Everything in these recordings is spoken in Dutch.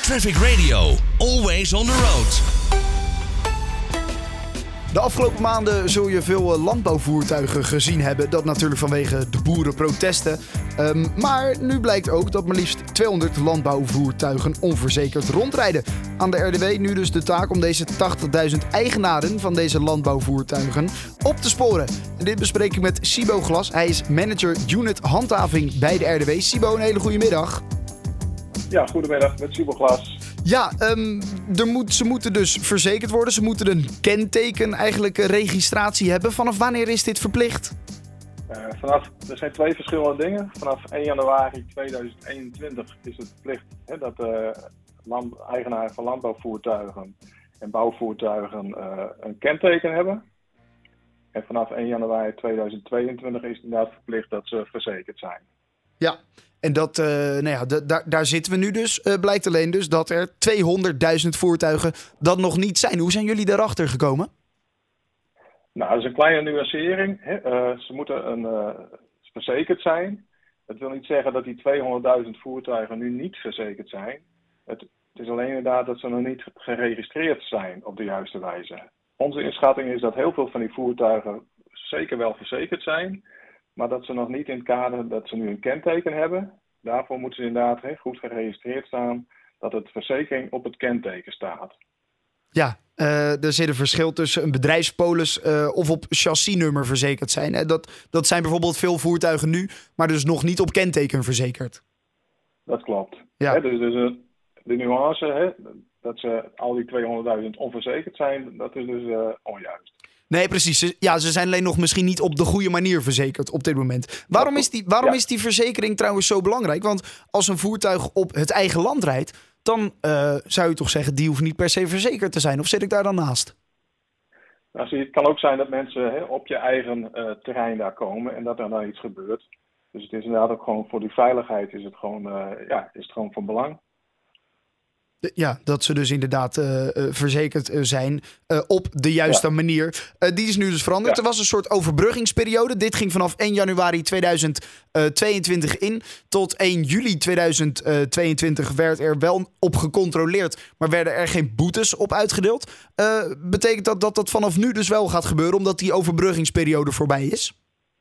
Traffic Radio, always on the road. De afgelopen maanden zul je veel landbouwvoertuigen gezien hebben. Dat natuurlijk vanwege de boerenprotesten. Maar nu blijkt ook dat maar liefst 200 landbouwvoertuigen onverzekerd rondrijden. Aan de RDW nu dus de taak om deze 80.000 eigenaren van deze landbouwvoertuigen op te sporen. En dit bespreek ik met Sibo Glas. Hij is manager unit handhaving bij de RDW. Sibo, een hele goede middag. Ja, goedemiddag met Sibo Glas. Ja, ze moeten dus verzekerd worden. Ze moeten een kenteken, eigenlijk registratie hebben. Vanaf wanneer is dit verplicht? Er zijn twee verschillende dingen. Vanaf 1 januari 2021 is het verplicht dat eigenaren van landbouwvoertuigen en bouwvoertuigen een kenteken hebben. En vanaf 1 januari 2022 is het inderdaad verplicht dat ze verzekerd zijn. Ja, en dat, daar zitten we nu dus. Blijkt alleen dus dat er 200.000 voertuigen dat nog niet zijn. Hoe zijn jullie daarachter gekomen? Nou, dat is een kleine nuancering. Ze moeten verzekerd zijn. Dat wil niet zeggen dat die 200.000 voertuigen nu niet verzekerd zijn. Het is alleen inderdaad dat ze nog niet geregistreerd zijn op de juiste wijze. Onze inschatting is dat heel veel van die voertuigen zeker wel verzekerd zijn, maar dat ze nog niet in het kader dat ze nu een kenteken hebben. Daarvoor moeten ze inderdaad goed geregistreerd staan dat het verzekering op het kenteken staat. Ja, er zit een verschil tussen een bedrijfspolis of op chassisnummer verzekerd zijn. Hè? Dat zijn bijvoorbeeld veel voertuigen nu, maar dus nog niet op kenteken verzekerd. Dat klopt. Ja. Dus de nuance, dat ze al die 200.000 onverzekerd zijn, dat is dus onjuist. Nee, precies. Ja, ze zijn alleen nog misschien niet op de goede manier verzekerd op dit moment. Waarom is die verzekering trouwens zo belangrijk? Want als een voertuig op het eigen land rijdt, dan zou je toch zeggen, die hoeft niet per se verzekerd te zijn. Of zit ik daar dan naast? Nou, het kan ook zijn dat mensen op je eigen terrein daar komen en dat er dan iets gebeurt. Dus het is inderdaad ook gewoon voor die veiligheid is het gewoon van belang. Ja, dat ze dus inderdaad verzekerd zijn op de juiste manier. Die is nu dus veranderd. Ja. Er was een soort overbruggingsperiode. Dit ging vanaf 1 januari 2022 in. Tot 1 juli 2022 werd er wel op gecontroleerd, maar werden er geen boetes op uitgedeeld. Betekent dat vanaf nu dus wel gaat gebeuren, omdat die overbruggingsperiode voorbij is?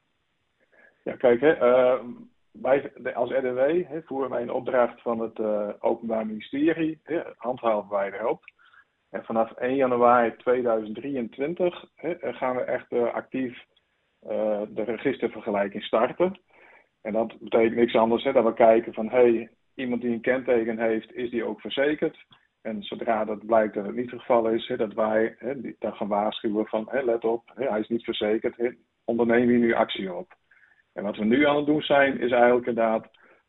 Ja, kijk, wij als RDW voeren wij een opdracht van het Openbaar Ministerie, handhaven wij erop. En vanaf 1 januari 2023 gaan we echt actief de registervergelijking starten. En dat betekent niks anders dan we kijken van iemand die een kenteken heeft, is die ook verzekerd? En zodra dat blijkt dat het niet het geval is, dat wij dan gaan waarschuwen van let op, hij is niet verzekerd, onderneem hier nu actie op. En wat we nu aan het doen zijn, is eigenlijk inderdaad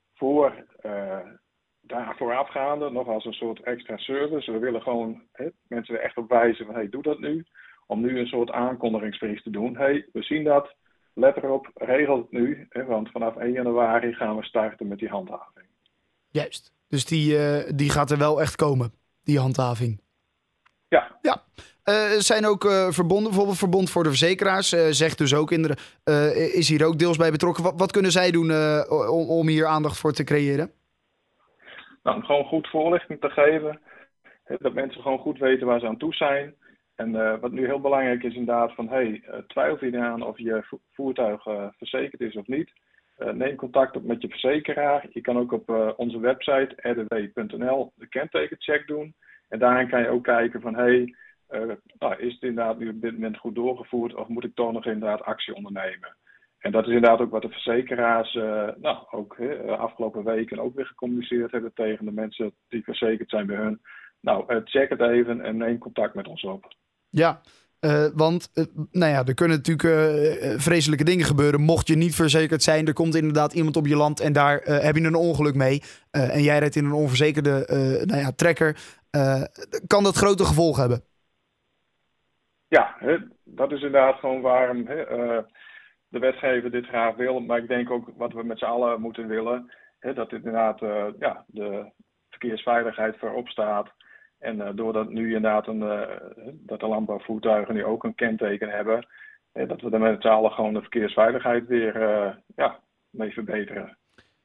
daar voorafgaande, nog als een soort extra service. We willen gewoon mensen er echt op wijzen van doe dat nu. Om nu een soort aankondigingsbrief te doen. We zien dat, let erop, regel het nu. Want vanaf 1 januari gaan we starten met die handhaving. Juist, dus die gaat er wel echt komen, die handhaving. Ja. Zijn ook verbonden, bijvoorbeeld Verbond voor de Verzekeraars, zegt dus ook is hier ook deels bij betrokken. Wat kunnen zij doen om hier aandacht voor te creëren? Nou, om gewoon goed voorlichting te geven. Dat mensen gewoon goed weten waar ze aan toe zijn. En wat nu heel belangrijk is inderdaad van twijfel je eraan of je voertuig verzekerd is of niet. Neem contact op met je verzekeraar. Je kan ook op onze website rdw.nl de kentekencheck doen. En daarin kan je ook kijken van is het inderdaad nu op dit moment goed doorgevoerd of moet ik toch nog inderdaad actie ondernemen? En dat is inderdaad ook wat de verzekeraars afgelopen weken ook weer gecommuniceerd hebben tegen de mensen die verzekerd zijn bij hun. Check het even en neem contact met ons op. Ja, want er kunnen natuurlijk vreselijke dingen gebeuren. Mocht je niet verzekerd zijn, er komt inderdaad iemand op je land en daar heb je een ongeluk mee. En jij rijdt in een onverzekerde trekker. Kan dat grote gevolgen hebben? Ja, dat is inderdaad gewoon waarom de wetgever dit graag wil. Maar ik denk ook wat we met z'n allen moeten willen. Dat inderdaad de verkeersveiligheid voorop staat. En doordat nu inderdaad dat de landbouwvoertuigen nu ook een kenteken hebben. Dat we er met z'n allen gewoon de verkeersveiligheid weer mee verbeteren.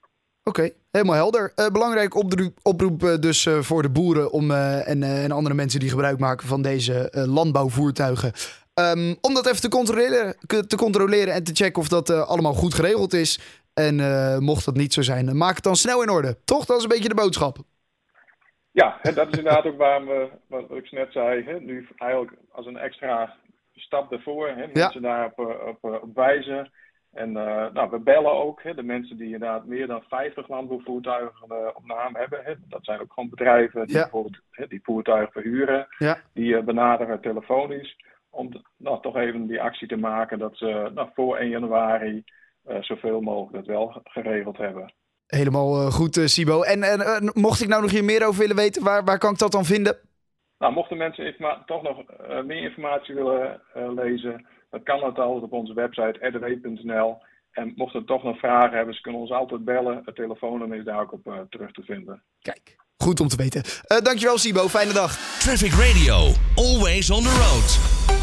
Oké, helemaal helder. Belangrijk oproep dus voor de boeren en andere mensen die gebruik maken van deze landbouwvoertuigen. Om dat even te controleren en te checken of dat allemaal goed geregeld is. En mocht dat niet zo zijn, maak het dan snel in orde. Toch? Dat is een beetje de boodschap. Ja, dat is inderdaad ook wat ik net zei. Nu eigenlijk als een extra stap daarvoor. Mensen daarop wijzen. En we bellen ook. De mensen die inderdaad meer dan 50 landbouwvoertuigen op naam hebben. Dat zijn ook gewoon bedrijven die bijvoorbeeld die voertuigen verhuren. Ja. Die benaderen telefonisch. Om toch even die actie te maken dat ze voor 1 januari zoveel mogelijk dat wel geregeld hebben. Helemaal goed, Sibo. En mocht ik nou nog hier meer over willen weten, waar kan ik dat dan vinden? Nou, mochten mensen toch nog meer informatie willen lezen, dan kan dat altijd op onze website rdw.nl. En mochten ze toch nog vragen hebben, ze kunnen ons altijd bellen. Het telefoonnummer is daar ook op terug te vinden. Kijk, goed om te weten. Dankjewel, Sibo. Fijne dag. Traffic Radio, always on the road.